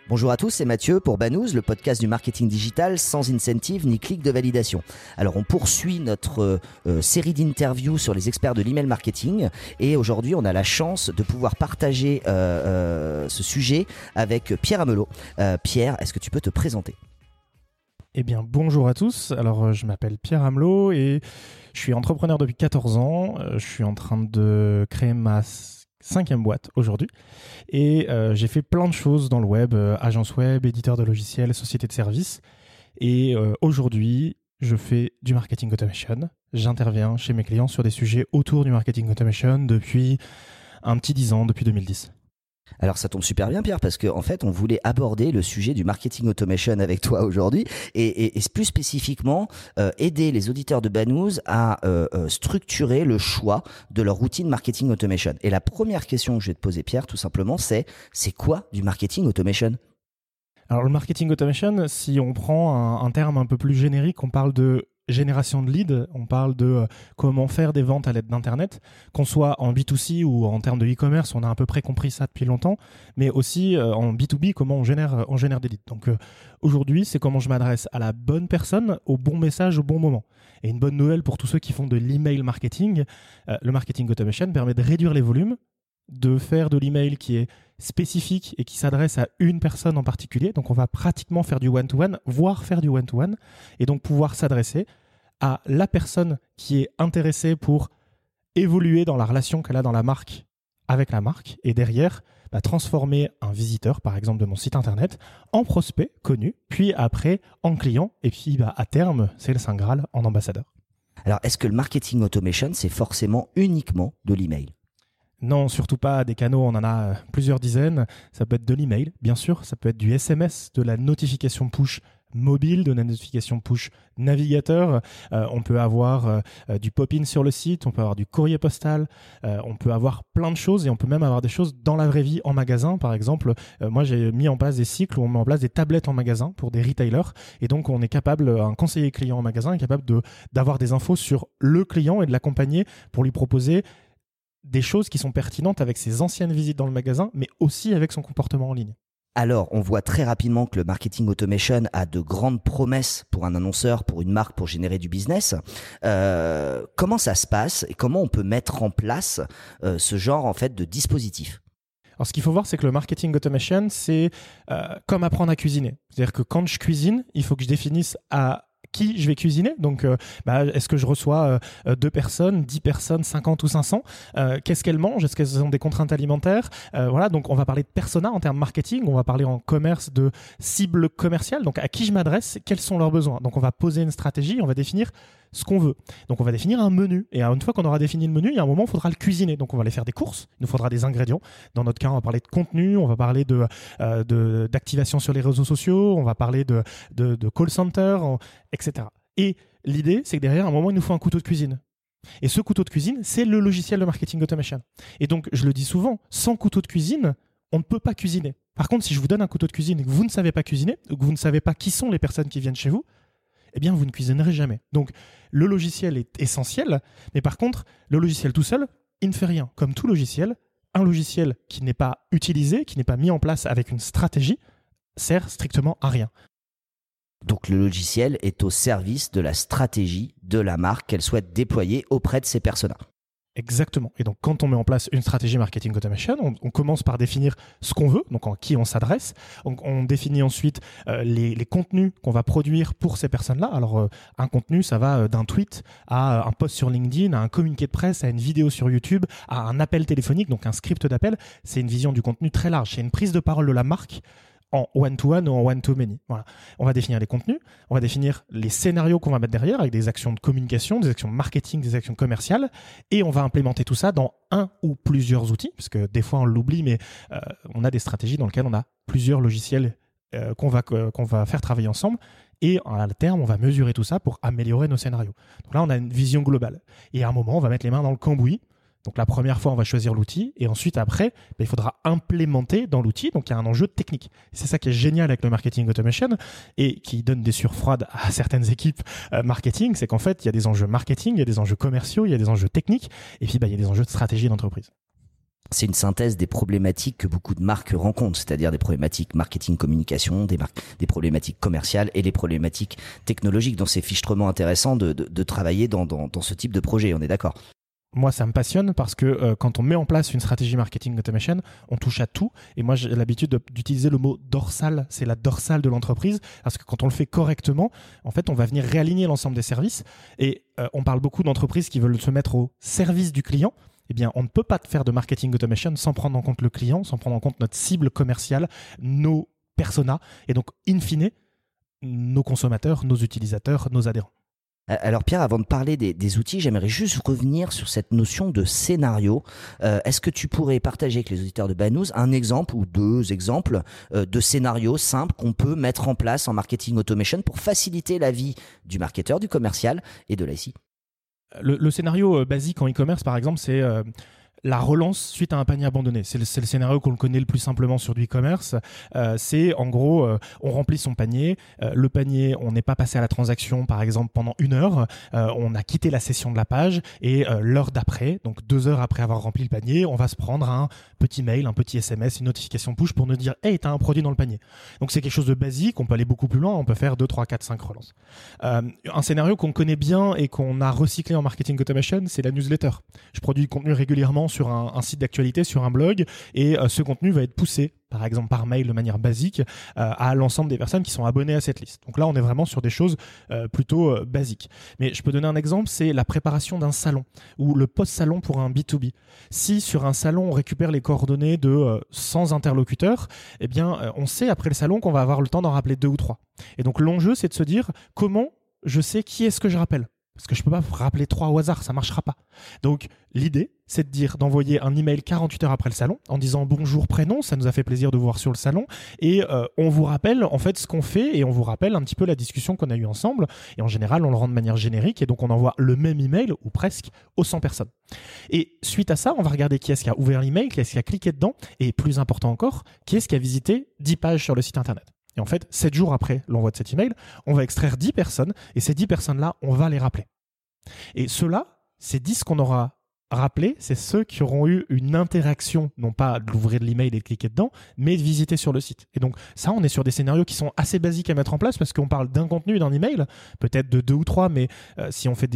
Bonjour à tous, c'est Mathieu pour Banous, le podcast du marketing digital sans incentive ni clic de validation. Alors on poursuit notre série d'interviews sur les experts de l'email marketing et aujourd'hui on a la chance de pouvoir partager ce sujet avec Pierre Amelot. Pierre, est-ce que tu peux te présenter ? Eh bien, bonjour à tous. Alors, je m'appelle Pierre Amelot et je suis entrepreneur depuis 14 ans. Je suis en train de créer ma 5e boîte aujourd'hui. Et j'ai fait plein de choses dans le web, agence web, éditeur de logiciels, société de services. Et aujourd'hui, je fais du marketing automation. J'interviens chez mes clients sur des sujets autour du marketing automation depuis un petit 10 ans, depuis 2010. Alors ça tombe super bien Pierre parce que en fait on voulait aborder le sujet du marketing automation avec toi aujourd'hui et plus spécifiquement aider les auditeurs de Banous à structurer le choix de leur routine marketing automation. Et la première question que je vais te poser Pierre tout simplement c'est quoi du marketing automation ? Alors le marketing automation, si on prend un terme un peu plus générique, on parle de génération de leads, on parle de comment faire des ventes à l'aide d'Internet, qu'on soit en B2C ou en termes de e-commerce, on a à peu près compris ça depuis longtemps, mais aussi en B2B, comment on génère des leads. Donc aujourd'hui, c'est comment je m'adresse à la bonne personne, au bon message, au bon moment. Et une bonne nouvelle pour tous ceux qui font de l'email marketing, le marketing automation permet de réduire les volumes, de faire de l'email qui est spécifique et qui s'adresse à une personne en particulier. Donc on va pratiquement faire du one-to-one, voire faire du one-to-one, et donc pouvoir s'adresser à la personne qui est intéressée pour évoluer dans la relation qu'elle a dans la marque avec la marque, et derrière transformer un visiteur, par exemple de mon site internet, en prospect connu, puis après en client, et puis à terme, c'est le Saint Graal, en ambassadeur. Alors est-ce que le marketing automation, c'est forcément uniquement de l'email ? Non, surtout pas. Des canaux, on en a plusieurs dizaines. Ça peut être de l'email, bien sûr. Ça peut être du SMS, de la notification push mobile, de la notification push navigateur. On peut avoir du pop-in sur le site. On peut avoir du courrier postal. On peut avoir plein de choses et on peut même avoir des choses dans la vraie vie en magasin. Par exemple, moi, j'ai mis en place des cycles où on met en place des tablettes en magasin pour des retailers. Et donc, on est capable, un conseiller client en magasin est capable d'avoir des infos sur le client et de l'accompagner pour lui proposer des choses qui sont pertinentes avec ses anciennes visites dans le magasin, mais aussi avec son comportement en ligne. Alors, on voit très rapidement que le marketing automation a de grandes promesses pour un annonceur, pour une marque, pour générer du business. Comment ça se passe et comment on peut mettre en place ce genre en fait de dispositif ? Alors, ce qu'il faut voir, c'est que le marketing automation, c'est comme apprendre à cuisiner. C'est-à-dire que quand je cuisine, il faut que je définisse à qui je vais cuisiner. Donc, est-ce que je reçois 2 personnes, 10 personnes, 50 ou 500 ? Qu'est-ce qu'elles mangent ? Est-ce qu'elles ont des contraintes alimentaires ? Voilà, donc on va parler de persona en termes marketing, on va parler en commerce de cible commerciale, donc à qui je m'adresse, quels sont leurs besoins. Donc on va poser une stratégie, on va définir ce qu'on veut. Donc on va définir un menu, et une fois qu'on aura défini le menu, il y a un moment où il faudra le cuisiner. Donc on va aller faire des courses, il nous faudra des ingrédients. Dans notre cas, on va parler de contenu, on va parler d'activation sur les réseaux sociaux, on va parler de call center, etc. Et l'idée, c'est que derrière, à un moment, il nous faut un couteau de cuisine. Et ce couteau de cuisine, c'est le logiciel de marketing automation. Et donc, je le dis souvent, sans couteau de cuisine, on ne peut pas cuisiner. Par contre, si je vous donne un couteau de cuisine et que vous ne savez pas cuisiner, ou que vous ne savez pas qui sont les personnes qui viennent chez vous, eh bien, vous ne cuisinerez jamais. Donc, le logiciel est essentiel, mais par contre, le logiciel tout seul, il ne fait rien. Comme tout logiciel, un logiciel qui n'est pas utilisé, qui n'est pas mis en place avec une stratégie, sert strictement à rien. Donc le logiciel est au service de la stratégie de la marque qu'elle souhaite déployer auprès de ses personas. Exactement. Et donc, quand on met en place une stratégie marketing automation, on commence par définir ce qu'on veut, donc en qui on s'adresse. On définit ensuite les contenus qu'on va produire pour ces personnes-là. Alors, un contenu, ça va d'un tweet à un post sur LinkedIn, à un communiqué de presse, à une vidéo sur YouTube, à un appel téléphonique, donc un script d'appel. C'est une vision du contenu très large. C'est une prise de parole de la marque en one-to-one ou en one-to-many. Voilà. On va définir les contenus, on va définir les scénarios qu'on va mettre derrière avec des actions de communication, des actions de marketing, des actions commerciales, et on va implémenter tout ça dans un ou plusieurs outils, parce que des fois on l'oublie, mais on a des stratégies dans lesquelles on a plusieurs logiciels qu'on va faire travailler ensemble, et à terme on va mesurer tout ça pour améliorer nos scénarios. Donc là on a une vision globale, et à un moment on va mettre les mains dans le cambouis. Donc la première fois, on va choisir l'outil et ensuite après, il faudra implémenter dans l'outil. Donc il y a un enjeu technique. C'est ça qui est génial avec le marketing automation et qui donne des sueurs froides à certaines équipes marketing, c'est qu'en fait, il y a des enjeux marketing, il y a des enjeux commerciaux, il y a des enjeux techniques et puis il y a des enjeux de stratégie d'entreprise. c'est une synthèse des problématiques que beaucoup de marques rencontrent, c'est-à-dire des problématiques marketing communication, des problématiques commerciales et les problématiques technologiques. Donc c'est fichtrement intéressant de travailler dans ce type de projet, on est d'accord? Moi, ça me passionne parce que quand on met en place une stratégie marketing automation, on touche à tout. Et moi, j'ai l'habitude d'utiliser le mot dorsal. C'est la dorsale de l'entreprise parce que quand on le fait correctement, en fait, on va venir réaligner l'ensemble des services. Et on parle beaucoup d'entreprises qui veulent se mettre au service du client. Eh bien, on ne peut pas faire de marketing automation sans prendre en compte le client, sans prendre en compte notre cible commerciale, nos personas, et donc, in fine, nos consommateurs, nos utilisateurs, nos adhérents. Alors Pierre, avant de parler des outils, j'aimerais juste revenir sur cette notion de scénario. Est-ce que tu pourrais partager avec les auditeurs de Banous un exemple ou deux exemples de scénarios simples qu'on peut mettre en place en marketing automation pour faciliter la vie du marketeur, du commercial et de l'IC? Le scénario basique en e-commerce, par exemple, c'est la relance suite à un panier abandonné. C'est le scénario qu'on le connaît le plus simplement sur du e-commerce. C'est en gros, on remplit son panier. Le panier, on n'est pas passé à la transaction, par exemple, pendant 1 heure. On a quitté la session de la page et l'heure d'après, donc 2 heures après avoir rempli le panier, on va se prendre un petit mail, un petit SMS, une notification push pour nous dire « Hey, t'as un produit dans le panier ». Donc c'est quelque chose de basique. On peut aller beaucoup plus loin. On peut faire 2, 3, 4, 5 relances. Un scénario qu'on connaît bien et qu'on a recyclé en marketing automation, c'est la newsletter. Je produis du contenu régulièrement sur un site d'actualité, sur un blog, et ce contenu va être poussé, par exemple par mail de manière basique, à l'ensemble des personnes qui sont abonnées à cette liste. Donc là, on est vraiment sur des choses plutôt basiques. Mais je peux donner un exemple, c'est la préparation d'un salon, ou le post-salon pour un B2B. Si sur un salon, on récupère les coordonnées de 100 interlocuteurs, eh bien, on sait après le salon qu'on va avoir le temps d'en rappeler 2 ou 3. Et donc l'enjeu, c'est de se dire comment je sais qui est-ce que je rappelle. Parce que je ne peux pas rappeler 3 au hasard, ça ne marchera pas. Donc, l'idée, c'est de dire, d'envoyer un email 48 heures après le salon en disant bonjour prénom, ça nous a fait plaisir de vous voir sur le salon. Et on vous rappelle en fait ce qu'on fait et on vous rappelle un petit peu la discussion qu'on a eue ensemble. Et en général, on le rend de manière générique et donc on envoie le même email ou presque aux 100 personnes. Et suite à ça, on va regarder qui est-ce qui a ouvert l'email, qui est-ce qui a cliqué dedans et plus important encore, qui est-ce qui a visité 10 pages sur le site internet. Et en fait, 7 jours après l'envoi de cet email, on va extraire 10 personnes et ces 10 personnes-là, on va les rappeler. Et ceux-là, ces 10 qu'on aura rappelés, c'est ceux qui auront eu une interaction, non pas d'ouvrir l'email et de cliquer dedans, mais de visiter sur le site. Et donc ça, on est sur des scénarios qui sont assez basiques à mettre en place parce qu'on parle d'un contenu, d'un email, peut-être de 2 ou 3, mais si on fait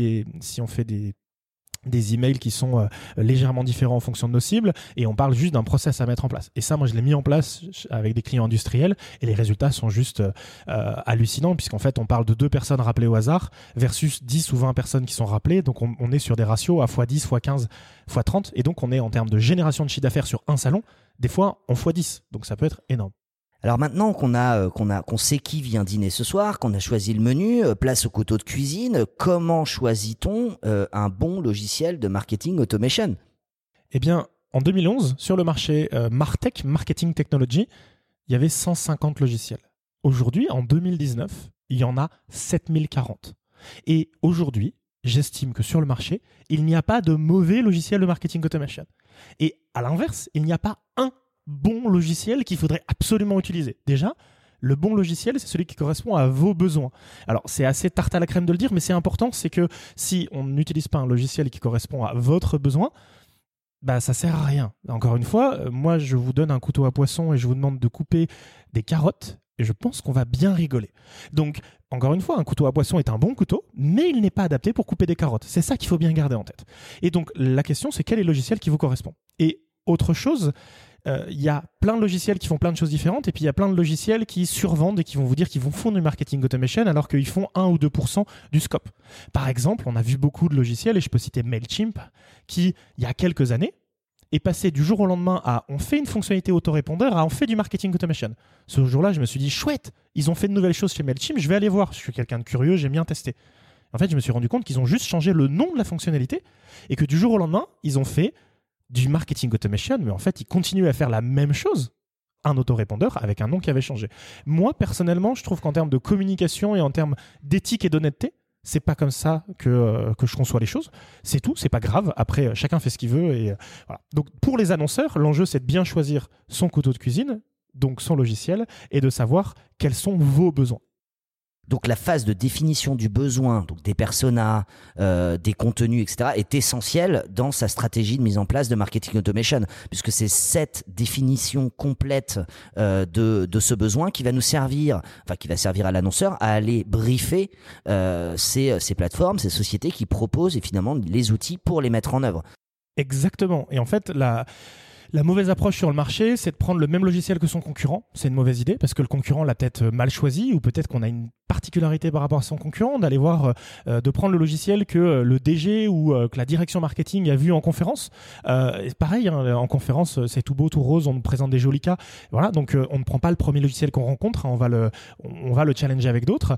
des emails qui sont légèrement différents en fonction de nos cibles et on parle juste d'un process à mettre en place. Et ça, moi, je l'ai mis en place avec des clients industriels et les résultats sont juste hallucinants puisqu'en fait, on parle de 2 personnes rappelées au hasard versus 10 ou 20 personnes qui sont rappelées. Donc, on est sur des ratios à x10, x15, x30 et donc on est en termes de génération de chiffre d'affaires sur un salon, des fois en x10. Donc, ça peut être énorme. Alors maintenant qu'on sait qui vient dîner ce soir, qu'on a choisi le menu, place au couteau de cuisine, comment choisit-on un bon logiciel de marketing automation? Eh bien, en 2011, sur le marché Martech, Marketing Technology, il y avait 150 logiciels. Aujourd'hui, en 2019, il y en a 7040. Et aujourd'hui, j'estime que sur le marché, il n'y a pas de mauvais logiciel de marketing automation. Et à l'inverse, il n'y a pas un bon logiciel qu'il faudrait absolument utiliser. Déjà, le bon logiciel, c'est celui qui correspond à vos besoins. Alors, c'est assez tarte à la crème de le dire, mais c'est important, c'est que si on n'utilise pas un logiciel qui correspond à votre besoin, bah, ça sert à rien. Encore une fois, moi, je vous donne un couteau à poisson et je vous demande de couper des carottes et je pense qu'on va bien rigoler. Donc, encore une fois, un couteau à poisson est un bon couteau, mais il n'est pas adapté pour couper des carottes. C'est ça qu'il faut bien garder en tête. Et donc, la question, c'est quel est le logiciel qui vous correspond? Et autre chose, il y a plein de logiciels qui font plein de choses différentes et puis il y a plein de logiciels qui survendent et qui vont vous dire qu'ils vont font du marketing automation alors qu'ils font 1 ou 2% du scope. Par exemple, on a vu beaucoup de logiciels et je peux citer Mailchimp qui, il y a quelques années, est passé du jour au lendemain à on fait une fonctionnalité autorépondeur à on fait du marketing automation. Ce jour-là, je me suis dit chouette, ils ont fait de nouvelles choses chez Mailchimp, je vais aller voir. Je suis quelqu'un de curieux, j'aime bien tester. En fait, je me suis rendu compte qu'ils ont juste changé le nom de la fonctionnalité et que du jour au lendemain, ils ont fait du marketing automation, mais en fait, ils continuent à faire la même chose, un autorépondeur avec un nom qui avait changé. Moi, personnellement, je trouve qu'en termes de communication et en termes d'éthique et d'honnêteté, c'est pas comme ça que je conçois les choses. C'est tout, c'est pas grave. Après, chacun fait ce qu'il veut. Et voilà. Donc, pour les annonceurs, l'enjeu, c'est de bien choisir son couteau de cuisine, donc son logiciel, et de savoir quels sont vos besoins. Donc la phase de définition du besoin, donc des personas, des contenus, etc., est essentielle dans sa stratégie de mise en place de marketing automation, puisque c'est cette définition complète de ce besoin qui va nous servir, enfin qui va servir à l'annonceur à aller briefer ces plateformes, ces sociétés qui proposent et finalement les outils pour les mettre en œuvre. Exactement. Et en fait, la mauvaise approche sur le marché, c'est de prendre le même logiciel que son concurrent. C'est une mauvaise idée parce que le concurrent l'a peut-être mal choisi ou peut-être qu'on a une particularité par rapport à son concurrent, d'aller voir, de prendre le logiciel que le DG ou que la direction marketing a vu en conférence. Pareil, hein, en conférence, c'est tout beau, tout rose, on nous présente des jolis cas. Voilà, donc on ne prend pas le premier logiciel qu'on rencontre, hein, on va le challenger avec d'autres.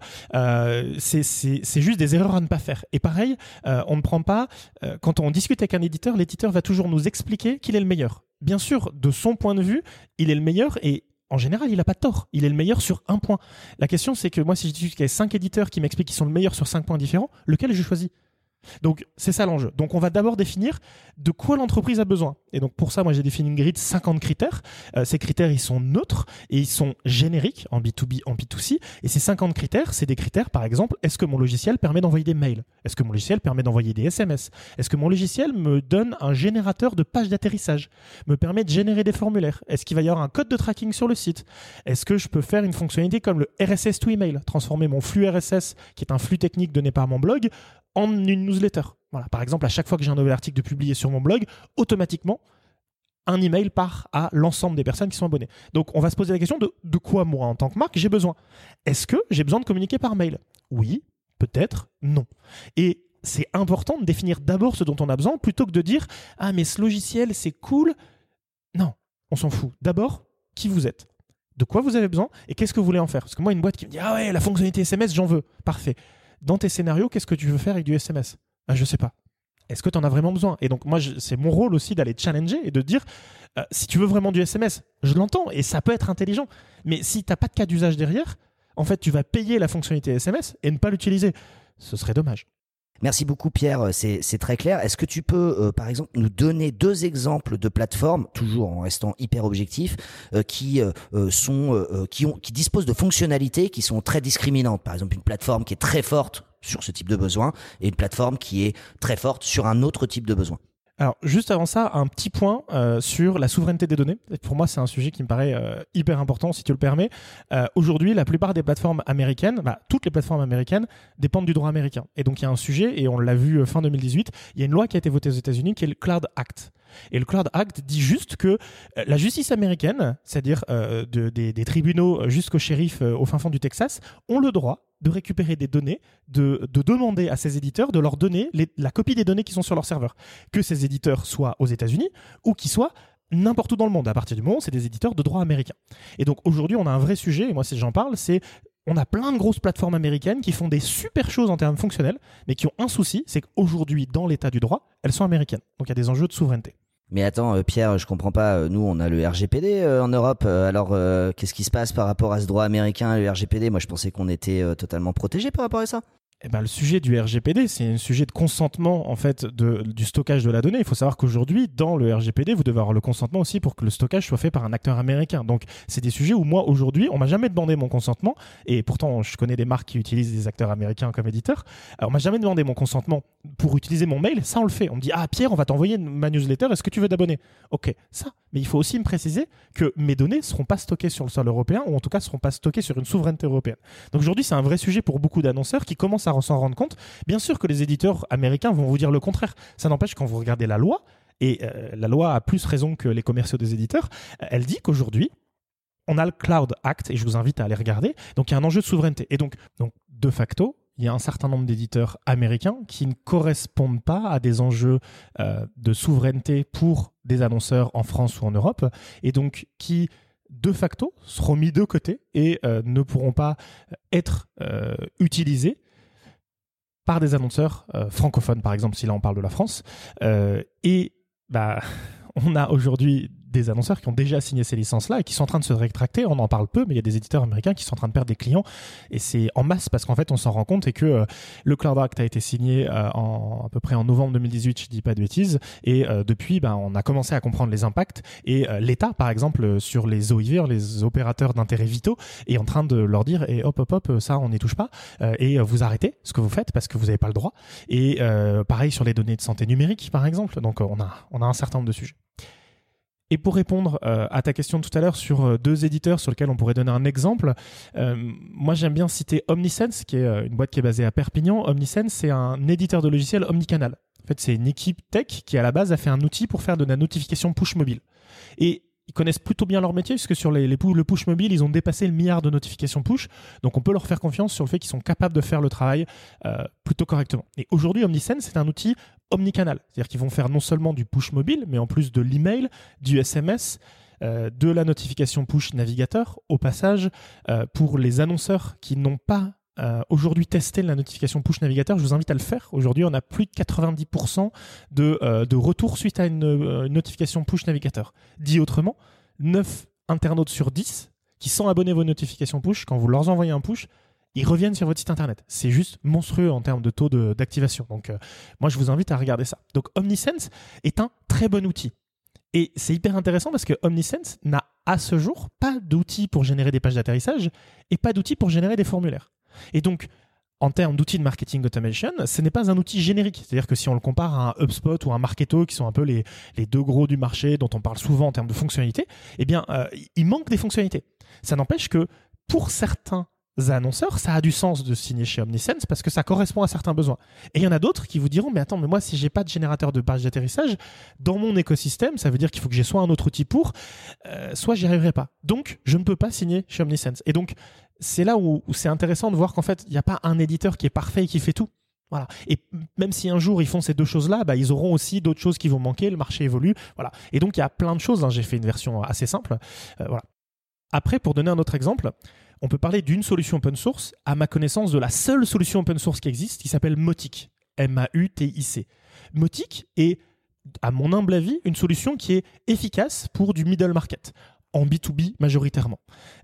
C'est juste des erreurs à ne pas faire. Et pareil, on ne prend pas, quand on discute avec un éditeur, l'éditeur va toujours nous expliquer qu'il est le meilleur. Bien sûr, de son point de vue, il est le meilleur et en général, il n'a pas tort. Il est le meilleur sur un point. La question, c'est que moi, si je dis qu'il y a 5 éditeurs qui m'expliquent qu'ils sont le meilleur sur 5 points différents, lequel je choisis ? Donc, c'est ça l'enjeu. Donc, on va d'abord définir de quoi l'entreprise a besoin. Et donc, pour ça, moi, j'ai défini une grille de 50 critères. Ces critères, ils sont neutres et ils sont génériques en B2B, en B2C. Et ces 50 critères, c'est des critères, par exemple, est-ce que mon logiciel permet d'envoyer des mails ? Est-ce que mon logiciel permet d'envoyer des SMS ? Est-ce que mon logiciel me donne un générateur de pages d'atterrissage ? Me permet de générer des formulaires ? Est-ce qu'il va y avoir un code de tracking sur le site ? Est-ce que je peux faire une fonctionnalité comme le RSS to email ? Transformer mon flux RSS, qui est un flux technique donné par mon blog, en une newsletter. Voilà, par exemple, à chaque fois que j'ai un nouvel article de publié sur mon blog, automatiquement, un email part à l'ensemble des personnes qui sont abonnées. Donc, on va se poser la question de quoi, moi, en tant que marque, j'ai besoin. Est-ce que j'ai besoin de communiquer par mail ? Oui, peut-être, non. Et c'est important de définir d'abord ce dont on a besoin, plutôt que de dire « Ah, mais ce logiciel, c'est cool ». Non, on s'en fout. D'abord, qui vous êtes ? De quoi vous avez besoin ? Et qu'est-ce que vous voulez en faire ? Parce que moi, une boîte qui me dit « Ah ouais, la fonctionnalité SMS, j'en veux ». Parfait. Dans tes scénarios, qu'est-ce que tu veux faire avec du SMS ? Je ne sais pas. Est-ce que tu en as vraiment besoin ? Et donc, moi, c'est mon rôle aussi d'aller challenger et de dire, si tu veux vraiment du SMS, je l'entends et ça peut être intelligent. Mais si tu n'as pas de cas d'usage derrière, en fait, tu vas payer la fonctionnalité SMS et ne pas l'utiliser. Ce serait dommage. Merci beaucoup Pierre, c'est très clair. Est-ce que tu peux, par exemple, nous donner 2 exemples de plateformes, toujours en restant hyper objectif, qui disposent de fonctionnalités qui sont très discriminantes. Par exemple, une plateforme qui est très forte sur ce type de besoin et une plateforme qui est très forte sur un autre type de besoin. Alors, juste avant ça, un petit point sur la souveraineté des données. Pour moi, c'est un sujet qui me paraît hyper important, si tu le permets. Aujourd'hui, la plupart des plateformes américaines, toutes les plateformes américaines, dépendent du droit américain. Et donc, il y a un sujet, et on l'a vu fin 2018, il y a une loi qui a été votée aux États-Unis qui est le Cloud Act. Et le Cloud Act dit juste que la justice américaine, c'est-à-dire des tribunaux jusqu'au shérif au fin fond du Texas, ont le droit de récupérer des données, de demander à ces éditeurs de leur donner la copie des données qui sont sur leur serveur. Que ces éditeurs soient aux États-Unis ou qu'ils soient n'importe où dans le monde. À partir du moment où c'est des éditeurs de droit américain. Et donc aujourd'hui, on a un vrai sujet, et moi si j'en parle, c'est on a plein de grosses plateformes américaines qui font des super choses en termes fonctionnels, mais qui ont un souci, c'est qu'aujourd'hui, dans l'état du droit, elles sont américaines. Donc il y a des enjeux de souveraineté. Mais attends, Pierre, je comprends pas. Nous, on a le RGPD en Europe. Alors, qu'est-ce qui se passe par rapport à ce droit américain, le RGPD ? Moi, je pensais qu'on était totalement protégé par rapport à ça. Le sujet du RGPD, c'est un sujet de consentement en fait du stockage de la donnée. Il faut savoir qu'aujourd'hui, dans le RGPD, vous devez avoir le consentement aussi pour que le stockage soit fait par un acteur américain. Donc, c'est des sujets où moi, aujourd'hui, on m'a jamais demandé mon consentement. Et pourtant, je connais des marques qui utilisent des acteurs américains comme éditeurs. Alors, on m'a jamais demandé mon consentement pour utiliser mon mail. Ça, on le fait. On me dit, ah Pierre, on va t'envoyer ma newsletter. Est-ce que tu veux t'abonner ? Ok, ça. Mais il faut aussi me préciser que mes données ne seront pas stockées sur le sol européen ou en tout cas ne seront pas stockées sur une souveraineté européenne. Donc aujourd'hui, c'est un vrai sujet pour beaucoup d'annonceurs qui commencent à s'en rendre compte. Bien sûr que les éditeurs américains vont vous dire le contraire. Ça n'empêche quand vous regardez la loi, et la loi a plus raison que les commerciaux des éditeurs, elle dit qu'aujourd'hui, on a le Cloud Act et je vous invite à aller regarder. Donc il y a un enjeu de souveraineté. Et donc de facto, il y a un certain nombre d'éditeurs américains qui ne correspondent pas à des enjeux de souveraineté pour des annonceurs en France ou en Europe, et donc qui, de facto, seront mis de côté et ne pourront pas être utilisés par des annonceurs francophones, par exemple, si là on parle de la France. On a aujourd'hui des annonceurs qui ont déjà signé ces licences-là et qui sont en train de se rétracter. On en parle peu, mais il y a des éditeurs américains qui sont en train de perdre des clients. Et c'est en masse parce qu'en fait, on s'en rend compte et que le Cloud Act a été signé à peu près en novembre 2018, je dis pas de bêtises. Et depuis, on a commencé à comprendre les impacts. Et l'État, par exemple, sur les OIV, les opérateurs d'intérêt vitaux, est en train de leur dire hop, ça, on n'y touche pas. Et vous arrêtez ce que vous faites parce que vous n'avez pas le droit. Et pareil sur les données de santé numérique, par exemple. Donc, on a un certain nombre de sujets. Et pour répondre à ta question tout à l'heure sur deux éditeurs sur lesquels on pourrait donner un exemple, moi j'aime bien citer Omnisense, qui est une boîte qui est basée à Perpignan. Omnisense, c'est un éditeur de logiciels omnicanal. En fait, c'est une équipe tech qui à la base a fait un outil pour faire de la notification push mobile. Et ils connaissent plutôt bien leur métier, puisque sur le push mobile, ils ont dépassé le milliard de notifications push. Donc, on peut leur faire confiance sur le fait qu'ils sont capables de faire le travail plutôt correctement. Et aujourd'hui, Omnisense, c'est un outil omnicanal. C'est-à-dire qu'ils vont faire non seulement du push mobile, mais en plus de l'email, du SMS, de la notification push navigateur. Au passage, pour les annonceurs qui n'ont pas aujourd'hui testé la notification push navigateur, je vous invite à le faire. Aujourd'hui, on a plus de 90% de retours suite à une notification push navigateur. Dit autrement, 9 internautes sur 10 qui sont abonnés à vos notifications push, quand vous leur envoyez un push, ils reviennent sur votre site internet. C'est juste monstrueux en termes de taux d'activation. Donc, moi, je vous invite à regarder ça. Donc, Omnisense est un très bon outil. Et c'est hyper intéressant parce que Omnisense n'a à ce jour pas d'outil pour générer des pages d'atterrissage et pas d'outil pour générer des formulaires. Et donc, en termes d'outils de marketing automation, ce n'est pas un outil générique. C'est-à-dire que si on le compare à un HubSpot ou un Marketo, qui sont un peu les deux gros du marché dont on parle souvent en termes de fonctionnalités, eh bien, il manque des fonctionnalités. Ça n'empêche que pour certains annonceurs, ça a du sens de signer chez Omnisense parce que ça correspond à certains besoins. Et il y en a d'autres qui vous diront, mais attends, mais moi, si j'ai pas de générateur de page d'atterrissage, dans mon écosystème, ça veut dire qu'il faut que j'ai soit un autre outil soit j'y arriverai pas. Donc, je ne peux pas signer chez Omnisense. Et donc, c'est là où c'est intéressant de voir qu'en fait, il n'y a pas un éditeur qui est parfait et qui fait tout. Voilà. Et même si un jour ils font ces deux choses-là, ils auront aussi d'autres choses qui vont manquer, le marché évolue. Voilà. Et donc, il y a plein de choses. J'ai fait une version assez simple. Voilà. Après, pour donner un autre exemple, on peut parler d'une solution open source, à ma connaissance de la seule solution open source qui existe, qui s'appelle Mautic. Mautic. Mautic est, à mon humble avis, une solution qui est efficace pour du middle market, en B2B majoritairement.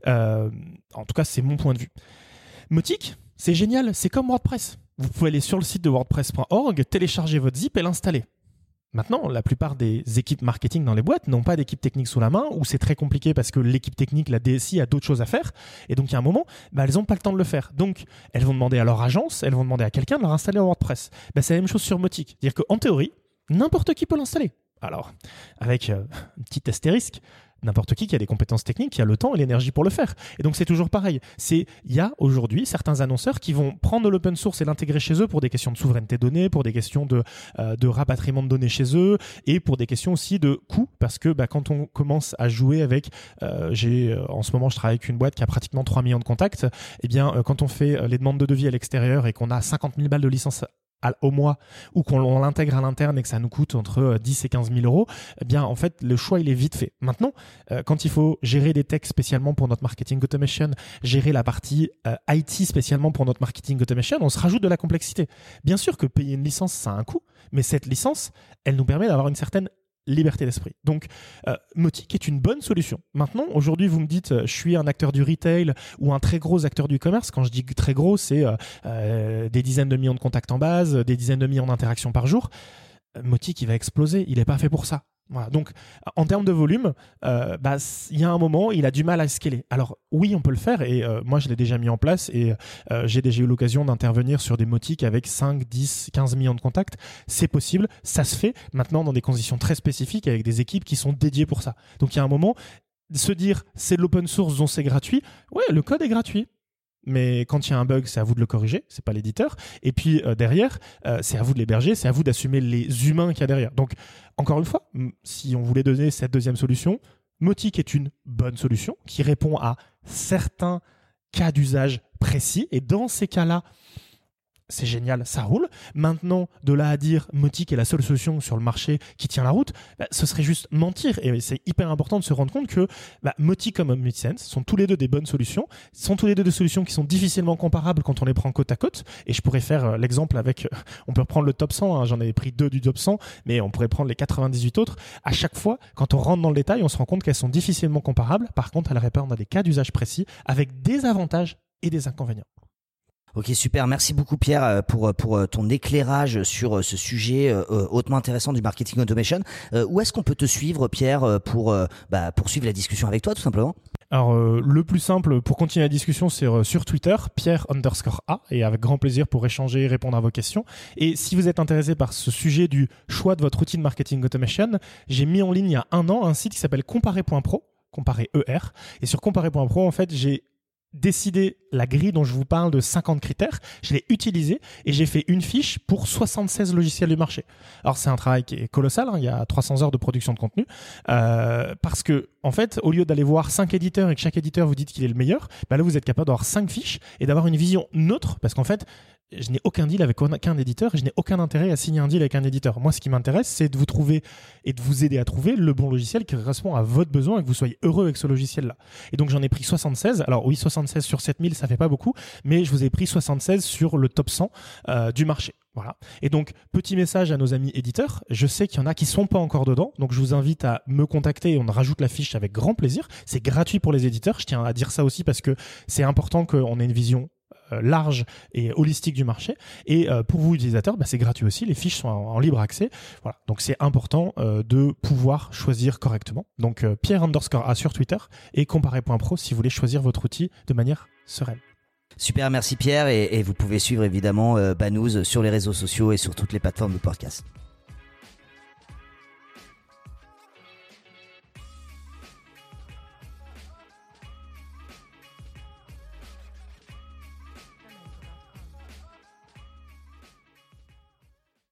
En tout cas, c'est mon point de vue. Mautic, c'est génial, c'est comme WordPress. Vous pouvez aller sur le site de wordpress.org, télécharger votre zip et l'installer. Maintenant, la plupart des équipes marketing dans les boîtes n'ont pas d'équipe technique sous la main, ou c'est très compliqué parce que l'équipe technique, la DSI, a d'autres choses à faire. Et donc, il y a un moment, elles n'ont pas le temps de le faire. Donc, elles vont demander à leur agence, elles vont demander à quelqu'un de leur installer un WordPress. C'est la même chose sur Mautic. C'est-à-dire qu'en théorie, n'importe qui peut l'installer. Alors, avec un petit astérisque, n'importe qui a des compétences techniques, qui a le temps et l'énergie pour le faire. Et donc, c'est toujours pareil. Il y a aujourd'hui certains annonceurs qui vont prendre de l'open source et l'intégrer chez eux pour des questions de souveraineté de données, pour des questions de rapatriement de données chez eux et pour des questions aussi de coûts. Parce que quand on commence à jouer avec... en ce moment, je travaille avec une boîte qui a pratiquement 3 millions de contacts. Eh bien, quand on fait les demandes de devis à l'extérieur et qu'on a 50 000 balles de licence au mois ou qu'on l'intègre à l'interne et que ça nous coûte entre 10 et 15 000 euros, eh bien, en fait, le choix, il est vite fait. Maintenant, quand il faut gérer des techs spécialement pour notre marketing automation, gérer la partie IT spécialement pour notre marketing automation, on se rajoute de la complexité. Bien sûr que payer une licence, ça a un coût, mais cette licence, elle nous permet d'avoir une certaine liberté d'esprit. Donc, Mautic est une bonne solution. Maintenant, aujourd'hui, vous me dites, je suis un acteur du retail ou un très gros acteur du commerce. Quand je dis très gros, c'est des dizaines de millions de contacts en base, des dizaines de millions d'interactions par jour. Mautic, il va exploser. Il n'est pas fait pour ça. Voilà. Donc, en termes de volume, il y a un moment, il a du mal à scaler. Alors, oui, on peut le faire et moi, je l'ai déjà mis en place et j'ai déjà eu l'occasion d'intervenir sur des Mautic avec 5, 10, 15 millions de contacts. C'est possible, ça se fait maintenant dans des conditions très spécifiques avec des équipes qui sont dédiées pour ça. Donc, il y a un moment, se dire c'est de l'open source dont c'est gratuit. Ouais, le code est gratuit. Mais quand il y a un bug, c'est à vous de le corriger, c'est pas l'éditeur. Et puis derrière, c'est à vous de l'héberger, c'est à vous d'assumer les humains qu'il y a derrière. Donc, encore une fois, si on voulait donner cette deuxième solution, Mautic est une bonne solution qui répond à certains cas d'usage précis. Et dans ces cas-là, c'est génial, ça roule. Maintenant, de là à dire Mautic est la seule solution sur le marché qui tient la route, ce serait juste mentir. Et c'est hyper important de se rendre compte que Mautic comme OmniSense sont tous les deux des bonnes solutions, sont tous les deux des solutions qui sont difficilement comparables quand on les prend côte à côte. Et je pourrais faire l'exemple avec, on peut reprendre le top 100, hein, j'en avais pris 2 du top 100, mais on pourrait prendre les 98 autres. À chaque fois, quand on rentre dans le détail, on se rend compte qu'elles sont difficilement comparables. Par contre, elles répondent à des cas d'usage précis avec des avantages et des inconvénients. Ok, super. Merci beaucoup Pierre pour ton éclairage sur ce sujet hautement intéressant du marketing automation. Où est-ce qu'on peut te suivre Pierre pour poursuivre la discussion avec toi tout simplement? Alors le plus simple pour continuer la discussion, c'est sur Twitter, Pierre_A, et avec grand plaisir pour échanger et répondre à vos questions. Et si vous êtes intéressé par ce sujet du choix de votre outil de marketing automation, j'ai mis en ligne il y a 1 an un site qui s'appelle Comparer.pro, Comparer ER. Et sur Comparer.pro, en fait, j'ai décidé la grille dont je vous parle de 50 critères, je l'ai utilisé et j'ai fait une fiche pour 76 logiciels du marché. Alors c'est un travail qui est colossal, hein, il y a 300 heures de production de contenu, parce que en fait, au lieu d'aller voir 5 éditeurs et que chaque éditeur vous dit qu'il est le meilleur, là vous êtes capable d'avoir 5 fiches et d'avoir une vision neutre, parce qu'en fait, je n'ai aucun deal avec aucun éditeur et je n'ai aucun intérêt à signer un deal avec un éditeur. Moi, ce qui m'intéresse, c'est de vous trouver et de vous aider à trouver le bon logiciel qui correspond à votre besoin et que vous soyez heureux avec ce logiciel-là. Et donc, j'en ai pris 76. Alors oui, 76 sur 7000, ça fait pas beaucoup, mais je vous ai pris 76 sur le top 100 du marché. Voilà. Et donc, petit message à nos amis éditeurs. Je sais qu'il y en a qui sont pas encore dedans. Donc, je vous invite à me contacter et on rajoute la fiche avec grand plaisir. C'est gratuit pour les éditeurs. Je tiens à dire ça aussi parce que c'est important qu'on ait une vision large et holistique du marché. Et pour vous utilisateurs, c'est gratuit aussi. Les fiches sont en libre accès. Voilà. Donc, c'est important de pouvoir choisir correctement. Donc, Pierre_A sur Twitter et Comparer.pro si vous voulez choisir votre outil de manière sereine. Super, merci Pierre et vous pouvez suivre évidemment Banous sur les réseaux sociaux et sur toutes les plateformes de podcast.